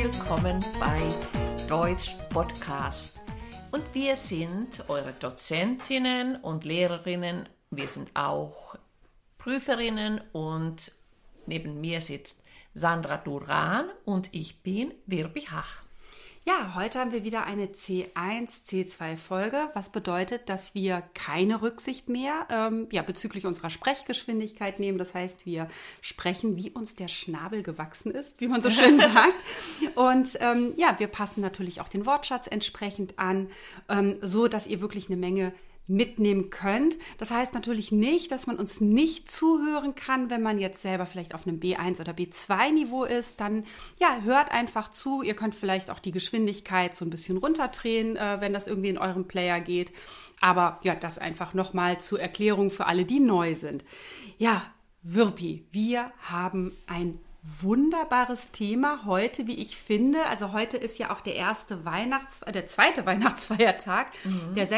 willkommen bei Deutsch Podcast. Und wir sind eure Dozentinnen und Lehrerinnen. Wir sind auch Prüferinnen und neben mir sitzt Sandra Duran und ich bin Virbi Hach. Ja, heute haben wir wieder eine C1, C2-Folge, was bedeutet, dass wir keine Rücksicht mehr bezüglich unserer Sprechgeschwindigkeit nehmen. Das heißt, wir sprechen, wie uns der Schnabel gewachsen ist, wie man so schön sagt. Und wir passen natürlich auch den Wortschatz entsprechend an, so dass ihr wirklich eine Menge mitnehmen könnt. Das heißt natürlich nicht, dass man uns nicht zuhören kann, wenn man jetzt selber vielleicht auf einem B1 oder B2-Niveau ist. Dann hört einfach zu. Ihr könnt vielleicht auch die Geschwindigkeit so ein bisschen runterdrehen, wenn das irgendwie in eurem Player geht. Aber das einfach nochmal zur Erklärung für alle, die neu sind. Ja, Virpi, wir haben ein wunderbares Thema heute, wie ich finde. Also heute ist ja auch der zweite Weihnachtsfeiertag, der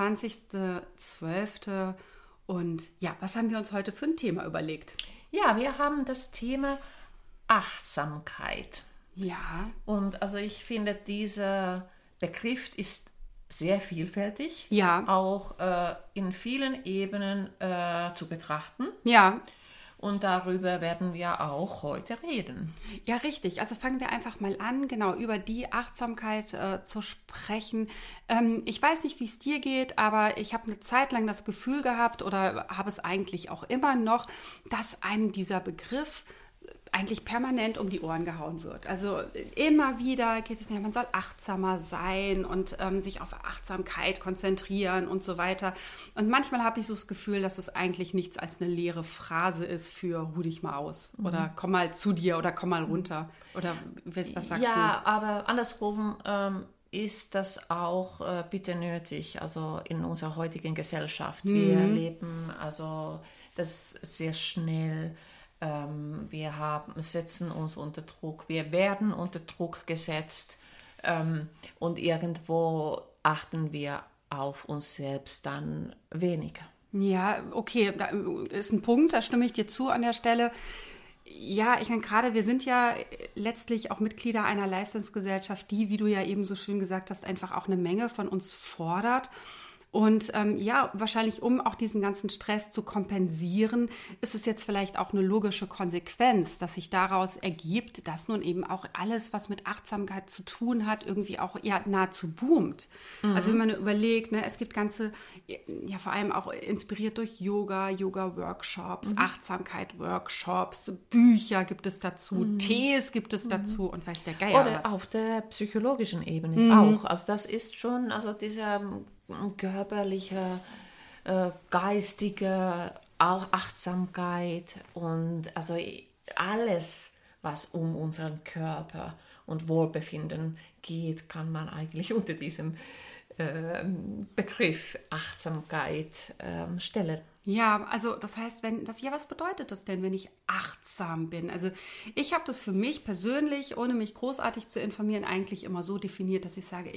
26.12. Und was haben wir uns heute für ein Thema überlegt? Ja, wir haben das Thema Achtsamkeit. Ja. Und also ich finde, dieser Begriff ist sehr vielfältig, auch in vielen Ebenen zu betrachten. Ja. Und darüber werden wir auch heute reden. Ja, richtig. Also fangen wir einfach mal an, genau über die Achtsamkeit zu sprechen. Ich weiß nicht, wie es dir geht, aber ich habe eine Zeit lang das Gefühl gehabt oder habe es eigentlich auch immer noch, dass einem dieser Begriff eigentlich permanent um die Ohren gehauen wird. Also immer wieder geht es, man soll achtsamer sein und sich auf Achtsamkeit konzentrieren und so weiter. Und manchmal habe ich so das Gefühl, dass es eigentlich nichts als eine leere Phrase ist für ruh dich mal aus oder komm mal zu dir oder komm mal runter. Oder was sagst du? Ja, aber andersrum ist das auch bitte nötig, also in unserer heutigen Gesellschaft. Wir leben also das sehr schnell. Wir setzen uns unter Druck, wir werden unter Druck gesetzt und irgendwo achten wir auf uns selbst dann weniger. Ja, okay, da ist ein Punkt, da stimme ich dir zu an der Stelle. Ja, ich meine gerade, wir sind ja letztlich auch Mitglieder einer Leistungsgesellschaft, die, wie du ja eben so schön gesagt hast, einfach auch eine Menge von uns fordert. Und wahrscheinlich, um auch diesen ganzen Stress zu kompensieren, ist es jetzt vielleicht auch eine logische Konsequenz, dass sich daraus ergibt, dass nun eben auch alles, was mit Achtsamkeit zu tun hat, irgendwie auch nahezu boomt. Also wenn man überlegt, es gibt ganze, vor allem auch inspiriert durch Yoga-Workshops, Achtsamkeit-Workshops, Bücher gibt es dazu, Tees gibt es dazu und weiß der Geier Oder was. auf der psychologischen Ebene auch. Also das ist schon, also dieser körperliche, geistige, auch Achtsamkeit und also alles, was um unseren Körper und Wohlbefinden geht, kann man eigentlich unter diesem Begriff Achtsamkeit stellen. Ja, also das heißt, was bedeutet das denn, wenn ich achtsam bin? Also ich habe das für mich persönlich, ohne mich großartig zu informieren, eigentlich immer so definiert, dass ich sage,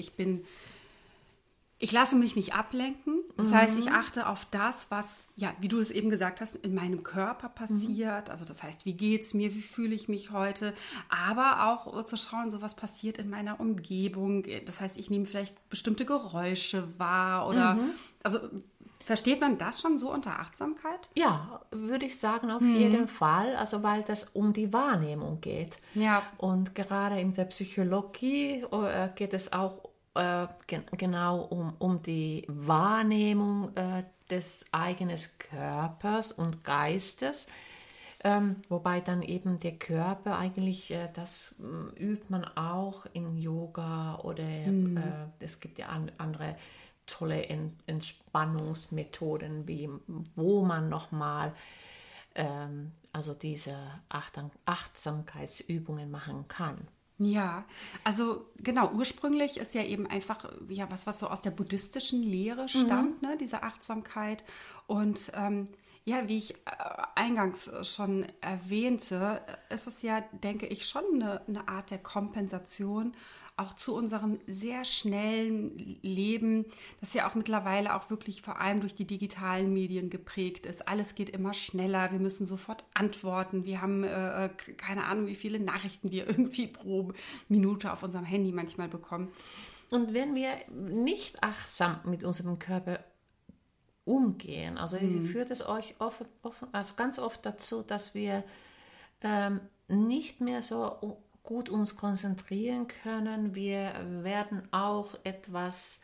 ich lasse mich nicht ablenken. Das heißt, ich achte auf das, was, wie du es eben gesagt hast, in meinem Körper passiert. Also das heißt, wie geht's mir, wie fühle ich mich heute? Aber auch zu schauen, so was passiert in meiner Umgebung. Das heißt, ich nehme vielleicht bestimmte Geräusche wahr oder, also versteht man das schon so unter Achtsamkeit? Ja, würde ich sagen, auf jeden Fall. Also weil das um die Wahrnehmung geht. Ja. Und gerade in der Psychologie geht es auch genau um die Wahrnehmung des eigenen Körpers und Geistes, wobei dann eben der Körper eigentlich, das übt man auch in Yoga oder es gibt ja andere tolle Entspannungsmethoden, wo man nochmal also diese Achtsamkeitsübungen machen kann. Ja, also genau, ursprünglich ist ja eben einfach was so aus der buddhistischen Lehre stammt, diese Achtsamkeit. Und wie ich eingangs schon erwähnte, ist es ja, denke ich, schon eine Art der Kompensation auch zu unserem sehr schnellen Leben, das ja auch mittlerweile auch wirklich vor allem durch die digitalen Medien geprägt ist. Alles geht immer schneller, wir müssen sofort antworten. Wir haben keine Ahnung, wie viele Nachrichten wir irgendwie pro Minute auf unserem Handy manchmal bekommen. Und wenn wir nicht achtsam mit unserem Körper umgehen, also führt es euch also ganz oft dazu, dass wir nicht mehr so gut uns konzentrieren können. Wir werden auch etwas,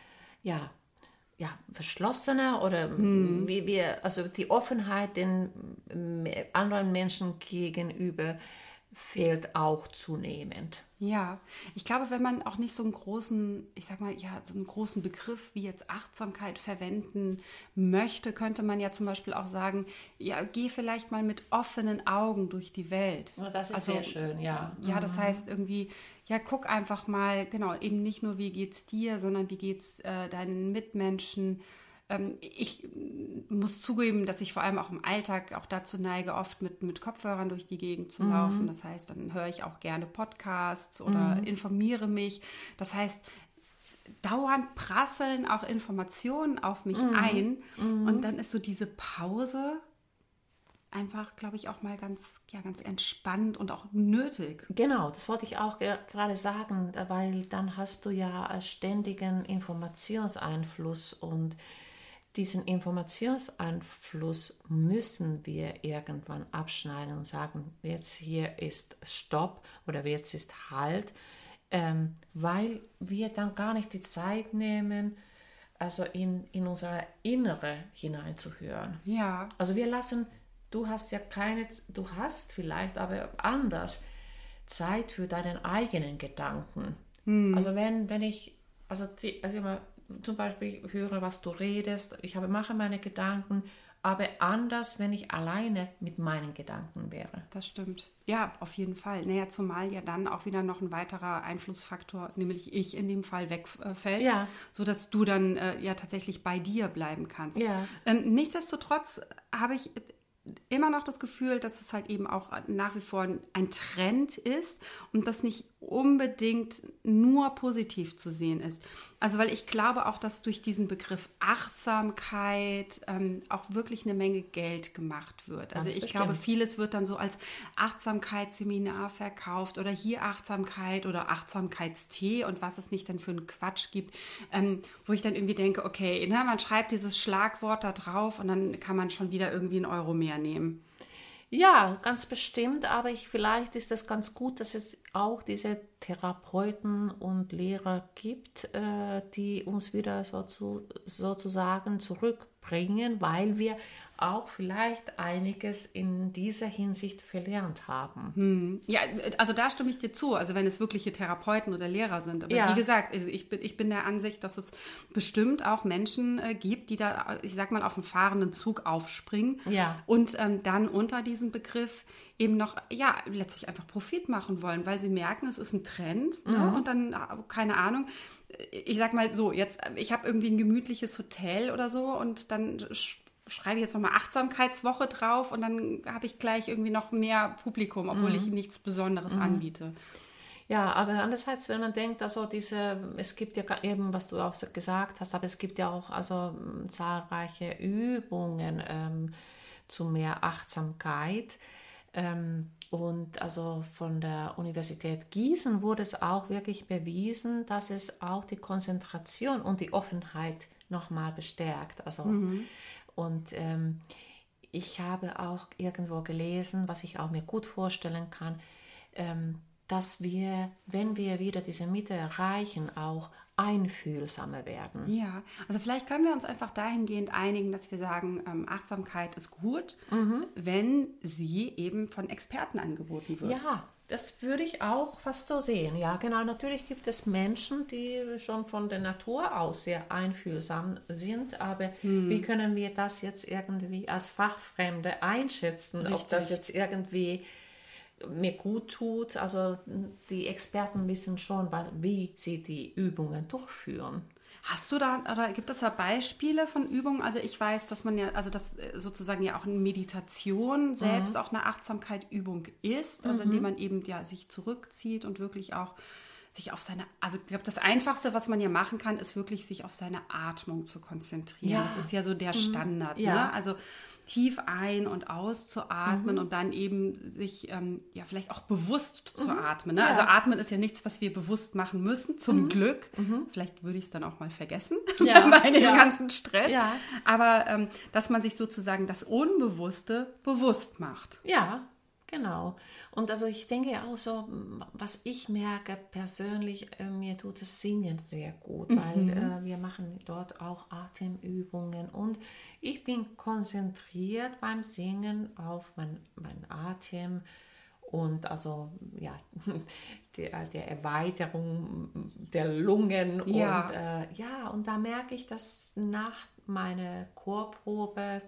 verschlossener oder wie wir, also die Offenheit den anderen Menschen gegenüber fehlt auch zunehmend. Ja, ich glaube, wenn man auch nicht so einen großen, so einen großen Begriff wie jetzt Achtsamkeit verwenden möchte, könnte man ja zum Beispiel auch sagen, ja, geh vielleicht mal mit offenen Augen durch die Welt. Oh, das ist sehr schön, ja. Ja, das heißt irgendwie, ja, guck einfach mal, genau, eben nicht nur, wie geht's dir, sondern wie geht's deinen Mitmenschen. Ich muss zugeben, dass ich vor allem auch im Alltag auch dazu neige, oft mit Kopfhörern durch die Gegend zu laufen. Das heißt, dann höre ich auch gerne Podcasts oder informiere mich. Das heißt, dauernd prasseln auch Informationen auf mich ein. Und dann ist so diese Pause einfach, glaube ich, auch mal ganz entspannt und auch nötig. Genau, das wollte ich auch gerade sagen, weil dann hast du ja ständigen Informationseinfluss und diesen Informationseinfluss müssen wir irgendwann abschneiden und sagen, jetzt hier ist Stopp oder jetzt ist Halt, weil wir dann gar nicht die Zeit nehmen, also in unsere Innere hineinzuhören. Ja. Also wir lassen, du hast vielleicht, aber anders Zeit für deinen eigenen Gedanken. Also wenn ich, zum Beispiel höre, was du redest, mache meine Gedanken, aber anders, wenn ich alleine mit meinen Gedanken wäre. Das stimmt. Ja, auf jeden Fall. Naja, zumal ja dann auch wieder noch ein weiterer Einflussfaktor, nämlich ich in dem Fall wegfällt, sodass du dann tatsächlich bei dir bleiben kannst. Ja. Nichtsdestotrotz habe ich immer noch das Gefühl, dass es halt eben auch nach wie vor ein Trend ist und das nicht unbedingt nur positiv zu sehen ist. Also weil ich glaube auch, dass durch diesen Begriff Achtsamkeit auch wirklich eine Menge Geld gemacht wird. Also ich glaube, vieles wird dann so als Achtsamkeitsseminar verkauft oder hier Achtsamkeit oder Achtsamkeitstee und was es nicht dann für einen Quatsch gibt, wo ich dann irgendwie denke, okay, man schreibt dieses Schlagwort da drauf und dann kann man schon wieder irgendwie einen Euro mehr nehmen. Ja, ganz bestimmt, aber vielleicht ist es ganz gut, dass es auch diese Therapeuten und Lehrer gibt, die uns wieder sozusagen zurückbringen, weil wir auch vielleicht einiges in dieser Hinsicht verlernt haben. Ja, also da stimme ich dir zu, also wenn es wirkliche Therapeuten oder Lehrer sind. Aber wie gesagt, also ich bin der Ansicht, dass es bestimmt auch Menschen gibt, die da, ich sag mal, auf einen fahrenden Zug aufspringen und dann unter diesem Begriff eben noch, letztlich einfach Profit machen wollen, weil sie merken, es ist ein Trend und dann, keine Ahnung, ich sag mal so, jetzt, ich habe irgendwie ein gemütliches Hotel oder so und dann schreibe ich jetzt nochmal Achtsamkeitswoche drauf und dann habe ich gleich irgendwie noch mehr Publikum, obwohl ich nichts Besonderes anbiete. Ja, aber andererseits, wenn man denkt, also es gibt ja eben, was du auch gesagt hast, aber es gibt ja auch also zahlreiche Übungen zu mehr Achtsamkeit. Und also von der Universität Gießen wurde es auch wirklich bewiesen, dass es auch die Konzentration und die Offenheit nochmal bestärkt. Also und ich habe auch irgendwo gelesen, was ich auch mir gut vorstellen kann, dass wir, wenn wir wieder diese Mitte erreichen, auch einfühlsamer werden. Ja, also vielleicht können wir uns einfach dahingehend einigen, dass wir sagen, Achtsamkeit ist gut, wenn sie eben von Experten angeboten wird. Ja, das würde ich auch fast so sehen. Ja, genau. Natürlich gibt es Menschen, die schon von der Natur aus sehr einfühlsam sind, aber wie können wir das jetzt irgendwie als Fachfremde einschätzen, Richtig. ob das jetzt irgendwie mir gut tut? Also die Experten wissen schon, wie sie die Übungen durchführen. Hast du da, oder gibt es da Beispiele von Übungen? Also ich weiß, dass man ja, also dass sozusagen ja auch eine Meditation selbst auch eine Achtsamkeit-Übung ist, also indem man eben sich zurückzieht und wirklich auch sich auf also ich glaube, das Einfachste, was man ja machen kann, ist wirklich sich auf seine Atmung zu konzentrieren. Ja. Das ist ja so der Standard. Ja. Ne? Also tief ein- und auszuatmen und dann eben sich vielleicht auch bewusst zu atmen. Ne? Ja. Also atmen ist ja nichts, was wir bewusst machen müssen, zum Glück. Vielleicht würde ich es dann auch mal vergessen bei dem ganzen Stress. Ja. Aber dass man sich sozusagen das Unbewusste bewusst macht. Ja, genau. Und also ich denke auch so, was ich merke persönlich, mir tut das Singen sehr gut, weil wir machen dort auch Atemübungen und ich bin konzentriert beim Singen auf mein Atem und also ja, der Erweiterung der Lungen und da merke ich, dass nach meiner Chorprobe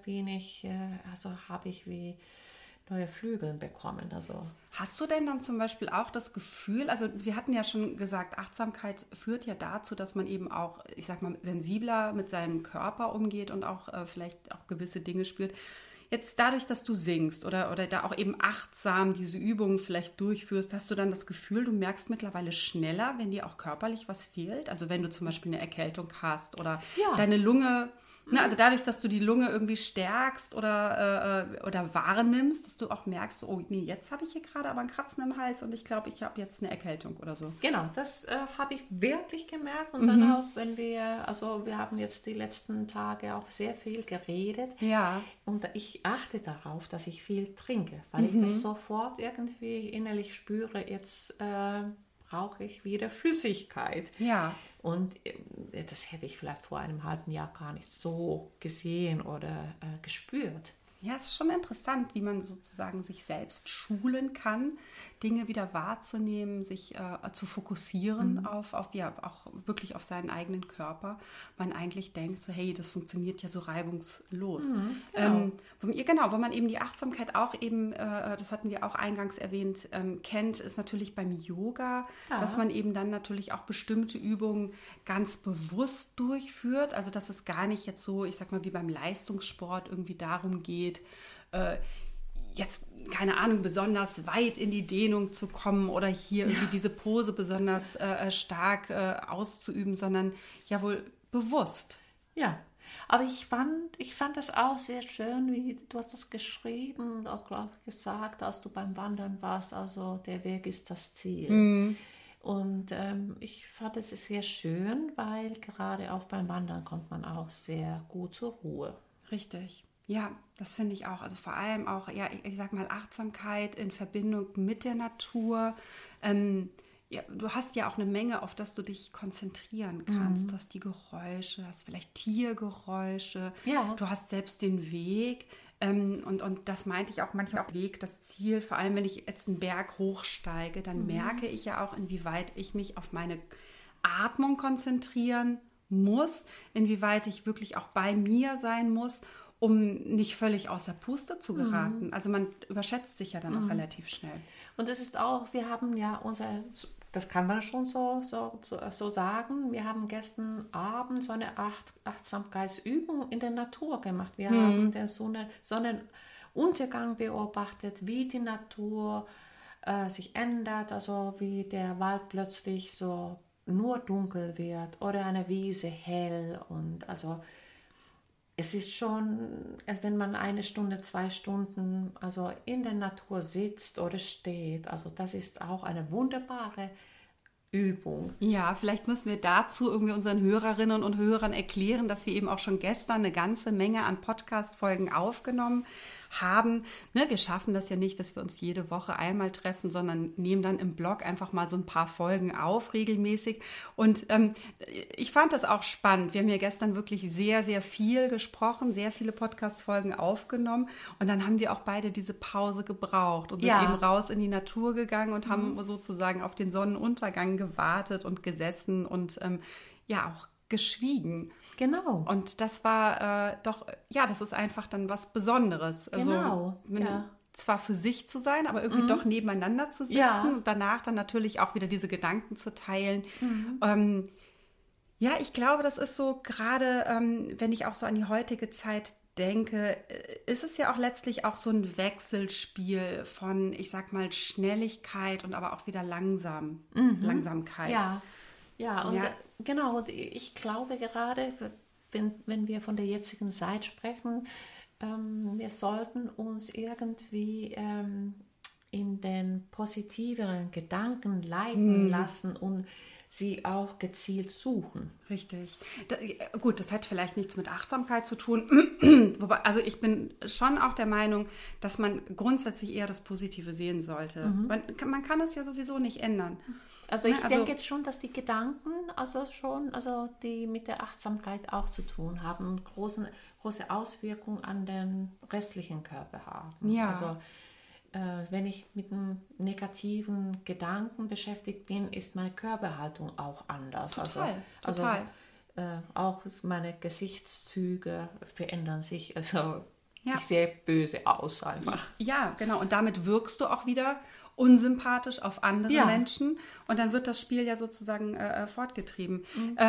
habe ich wie neue Flügel bekommen. Also. Hast du denn dann zum Beispiel auch das Gefühl, also wir hatten ja schon gesagt, Achtsamkeit führt ja dazu, dass man eben auch, ich sag mal, sensibler mit seinem Körper umgeht und auch vielleicht auch gewisse Dinge spürt. Jetzt dadurch, dass du singst oder da auch eben achtsam diese Übungen vielleicht durchführst, hast du dann das Gefühl, du merkst mittlerweile schneller, wenn dir auch körperlich was fehlt? Also wenn du zum Beispiel eine Erkältung hast oder deine Lunge... Ne, also dadurch, dass du die Lunge irgendwie stärkst oder wahrnimmst, dass du auch merkst, oh nee, jetzt habe ich hier gerade aber ein Kratzen im Hals und ich glaube, ich habe jetzt eine Erkältung oder so. Genau, das habe ich wirklich gemerkt und dann auch, wenn wir haben jetzt die letzten Tage auch sehr viel geredet und ich achte darauf, dass ich viel trinke, weil ich das sofort irgendwie innerlich spüre, jetzt brauche ich wieder Flüssigkeit. Ja. Und das hätte ich vielleicht vor einem halben Jahr gar nicht so gesehen oder gespürt. Ja, es ist schon interessant, wie man sozusagen sich selbst schulen kann, Dinge wieder wahrzunehmen, sich zu fokussieren auf auch wirklich auf seinen eigenen Körper. Man eigentlich denkt so, hey, das funktioniert ja so reibungslos. Genau, wo man eben die Achtsamkeit auch eben, das hatten wir auch eingangs erwähnt, kennt, ist natürlich beim Yoga, dass man eben dann natürlich auch bestimmte Übungen ganz bewusst durchführt. Also dass es gar nicht jetzt so, ich sag mal, wie beim Leistungssport irgendwie darum geht, jetzt, keine Ahnung, besonders weit in die Dehnung zu kommen oder hier irgendwie diese Pose besonders stark auszuüben, sondern ja wohl bewusst. Ja, aber ich fand das auch sehr schön, wie du hast das geschrieben und auch, glaube ich, gesagt, als du beim Wandern warst, also der Weg ist das Ziel. Und ich fand es sehr schön, weil gerade auch beim Wandern kommt man auch sehr gut zur Ruhe. Richtig. Ja, das finde ich auch. Also vor allem auch, ja, ich sag mal, Achtsamkeit in Verbindung mit der Natur. Du hast ja auch eine Menge, auf das du dich konzentrieren kannst. Du hast die Geräusche, hast vielleicht Tiergeräusche. Ja. Du hast selbst den Weg. Und das meinte ich auch manchmal auch Weg, das Ziel. Vor allem, wenn ich jetzt einen Berg hochsteige, dann merke ich ja auch, inwieweit ich mich auf meine Atmung konzentrieren muss, inwieweit ich wirklich auch bei mir sein muss, um nicht völlig außer Puste zu geraten. Also man überschätzt sich ja dann auch relativ schnell. Und es ist auch, wir haben ja das kann man schon so sagen, wir haben gestern Abend so eine Achtsamkeitsübung in der Natur gemacht. Wir haben den Sonnenuntergang beobachtet, wie die Natur sich ändert, also wie der Wald plötzlich so nur dunkel wird oder eine Wiese hell und also es ist schon, als wenn man 1 Stunde, 2 Stunden also in der Natur sitzt oder steht. Also das ist auch eine wunderbare Übung. Ja, vielleicht müssen wir dazu irgendwie unseren Hörerinnen und Hörern erklären, dass wir eben auch schon gestern eine ganze Menge an Podcast-Folgen aufgenommen haben. Ne, wir schaffen das ja nicht, dass wir uns jede Woche einmal treffen, sondern nehmen dann im Blog einfach mal so ein paar Folgen auf, regelmäßig. Und ich fand das auch spannend. Wir haben ja gestern wirklich sehr, sehr viel gesprochen, sehr viele Podcast-Folgen aufgenommen. Und dann haben wir auch beide diese Pause gebraucht und sind eben raus in die Natur gegangen und haben sozusagen auf den Sonnenuntergang gewartet und gesessen und auch geschwiegen. Genau. Und das war das ist einfach dann was Besonderes. Genau, Also zwar für sich zu sein, aber irgendwie doch nebeneinander zu sitzen und danach dann natürlich auch wieder diese Gedanken zu teilen. Ich glaube, das ist so gerade, wenn ich auch so an die heutige Zeit denke, ist es ja auch letztlich auch so ein Wechselspiel von, ich sag mal, Schnelligkeit und aber auch wieder Langsamkeit. Ja, und genau, und ich glaube gerade, wenn wir von der jetzigen Zeit sprechen, wir sollten uns irgendwie in den positiveren Gedanken leiten lassen und sie auch gezielt suchen. Richtig. Gut, das hat vielleicht nichts mit Achtsamkeit zu tun. Wobei, also ich bin schon auch der Meinung, dass man grundsätzlich eher das Positive sehen sollte. Man kann es ja sowieso nicht ändern. Also ich denke jetzt schon, dass die Gedanken, also die mit der Achtsamkeit auch zu tun haben und große Auswirkungen an den restlichen Körper haben. Ja. Also wenn ich mit einem negativen Gedanken beschäftigt bin, ist meine Körperhaltung auch anders. Total. Auch meine Gesichtszüge verändern sich. Also Ja. ich sehe böse aus einfach. Ja, genau. Und damit wirkst du auch wieder unsympathisch auf andere Menschen. Und dann wird das Spiel ja sozusagen fortgetrieben.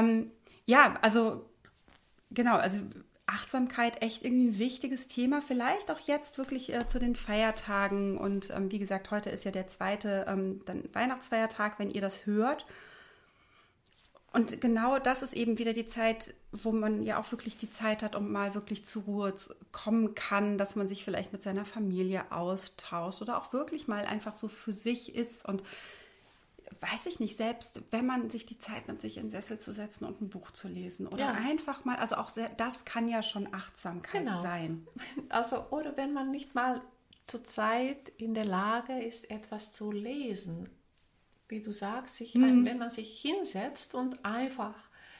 Also genau, also Achtsamkeit echt irgendwie ein wichtiges Thema. Vielleicht auch jetzt wirklich zu den Feiertagen. Und wie gesagt, heute ist ja der zweite dann Weihnachtsfeiertag, wenn ihr das hört. Und genau das ist eben wieder die Zeit, wo man ja auch wirklich die Zeit hat, um mal wirklich zur Ruhe kommen kann, dass man sich vielleicht mit seiner Familie austauscht oder auch wirklich mal einfach so für sich ist. Und weiß ich nicht, selbst wenn man sich die Zeit nimmt, sich in den Sessel zu setzen und ein Buch zu lesen oder einfach mal, also auch das kann ja schon Achtsamkeit sein. Also, oder wenn man nicht mal zur Zeit in der Lage ist, etwas zu lesen, wie du sagst, wenn man sich hinsetzt und einfach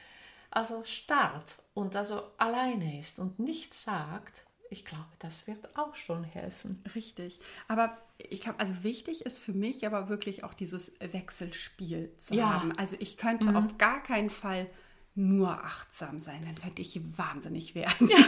starrt und also alleine ist und nichts sagt, ich glaube, das wird auch schon helfen. Richtig. Aber ich glaube, also wichtig ist für mich aber wirklich auch dieses Wechselspiel zu haben. Also ich könnte auf gar keinen Fall nur achtsam sein, dann könnte ich wahnsinnig werden. Ja.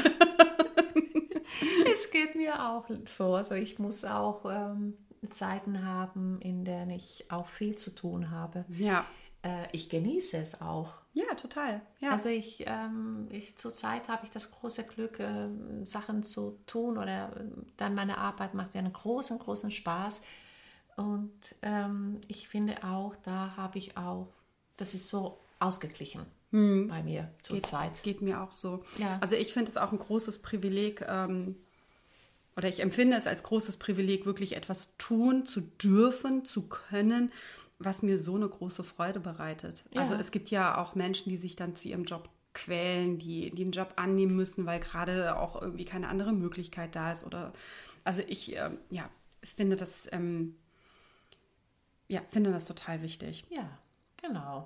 Es geht mir auch so. Also ich muss auch Zeiten haben, in denen ich auch viel zu tun habe. Ja. Ich genieße es auch. Ja, total. Ja. Also zurzeit habe ich das große Glück, Sachen zu tun oder dann meine Arbeit macht mir einen großen, großen Spaß. Und ich finde auch, das ist so ausgeglichen bei mir zurzeit. Geht mir auch so. Ja. Also ich finde es auch ein großes Privileg, oder ich empfinde es als großes Privileg, wirklich etwas tun zu dürfen, zu können, was mir so eine große Freude bereitet. Ja. Also es gibt ja auch Menschen, die sich dann zu ihrem Job quälen, die den Job annehmen müssen, weil gerade auch irgendwie keine andere Möglichkeit da ist. Also ich finde das total wichtig. Ja, genau.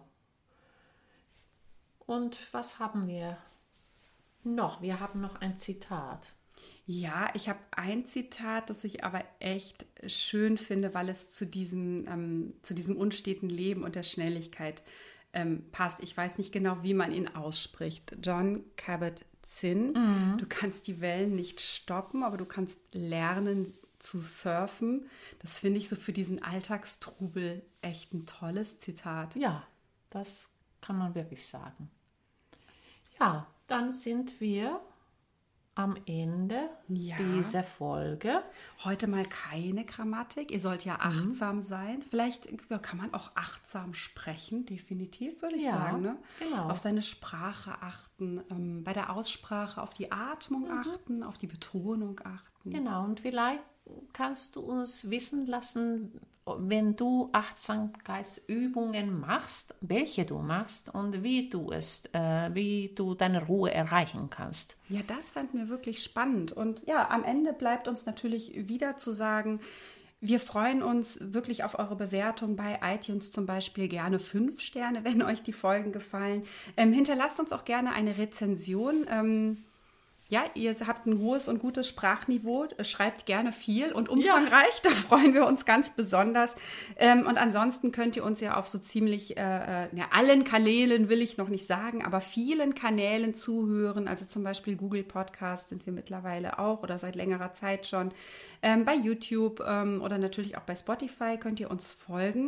Und was haben wir noch? Wir haben noch ein Zitat. Ja, ich habe ein Zitat, das ich aber echt schön finde, weil es zu diesem unsteten Leben und der Schnelligkeit passt. Ich weiß nicht genau, wie man ihn ausspricht. Jon Kabat-Zinn. Du kannst die Wellen nicht stoppen, aber du kannst lernen zu surfen. Das finde ich so für diesen Alltagstrubel echt ein tolles Zitat. Ja, das kann man wirklich sagen. Ja, dann sind wir am Ende dieser Folge. Heute mal keine Grammatik. Ihr sollt ja achtsam sein. Vielleicht kann man auch achtsam sprechen, definitiv, würde ich sagen. Ne? Genau. Auf seine Sprache achten, bei der Aussprache auf die Atmung achten, auf die Betonung achten. Genau, und vielleicht kannst du uns wissen lassen, wenn du Achtsamkeitsübungen machst, welche du machst und wie du deine Ruhe erreichen kannst. Ja, das fanden wir wirklich spannend. Und ja, am Ende bleibt uns natürlich wieder zu sagen, wir freuen uns wirklich auf eure Bewertung bei iTunes zum Beispiel. Gerne 5 Sterne, wenn euch die Folgen gefallen. Hinterlasst uns auch gerne eine Rezension. Ja, ihr habt ein hohes und gutes Sprachniveau, schreibt gerne viel und umfangreich, da freuen wir uns ganz besonders. Und ansonsten könnt ihr uns ja auf so ziemlich allen Kanälen, will ich noch nicht sagen, aber vielen Kanälen zuhören. Also zum Beispiel Google Podcast sind wir mittlerweile auch oder seit längerer Zeit schon. Bei YouTube oder natürlich auch bei Spotify könnt ihr uns folgen.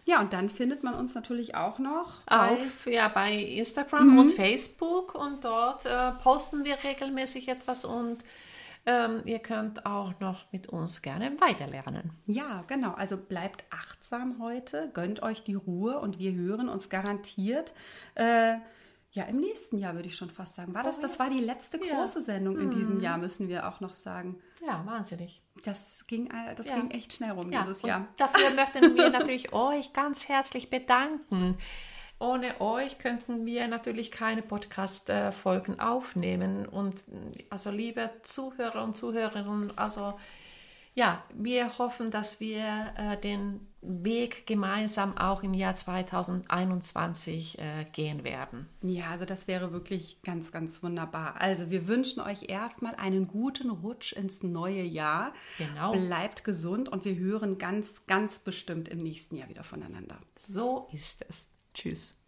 Ja, und dann findet man uns natürlich auch noch bei Instagram und Facebook und dort posten wir regelmäßig etwas und ihr könnt auch noch mit uns gerne weiterlernen. Ja, genau. Also bleibt achtsam heute, gönnt euch die Ruhe und wir hören uns garantiert im nächsten Jahr, würde ich schon fast sagen. Das war die letzte große Sendung in diesem Jahr, müssen wir auch noch sagen. Ja, wahnsinnig. Das ging echt schnell rum dieses Jahr. Dafür möchten wir natürlich euch ganz herzlich bedanken. Ohne euch könnten wir natürlich keine Podcast-Folgen aufnehmen. Und also liebe Zuhörer und Zuhörerinnen, also ja, wir hoffen, dass wir den Weg gemeinsam auch im Jahr 2021 gehen werden. Ja, also das wäre wirklich ganz, ganz wunderbar. Also wir wünschen euch erstmal einen guten Rutsch ins neue Jahr. Genau. Bleibt gesund und wir hören ganz, ganz bestimmt im nächsten Jahr wieder voneinander. So ist es. Tschüss.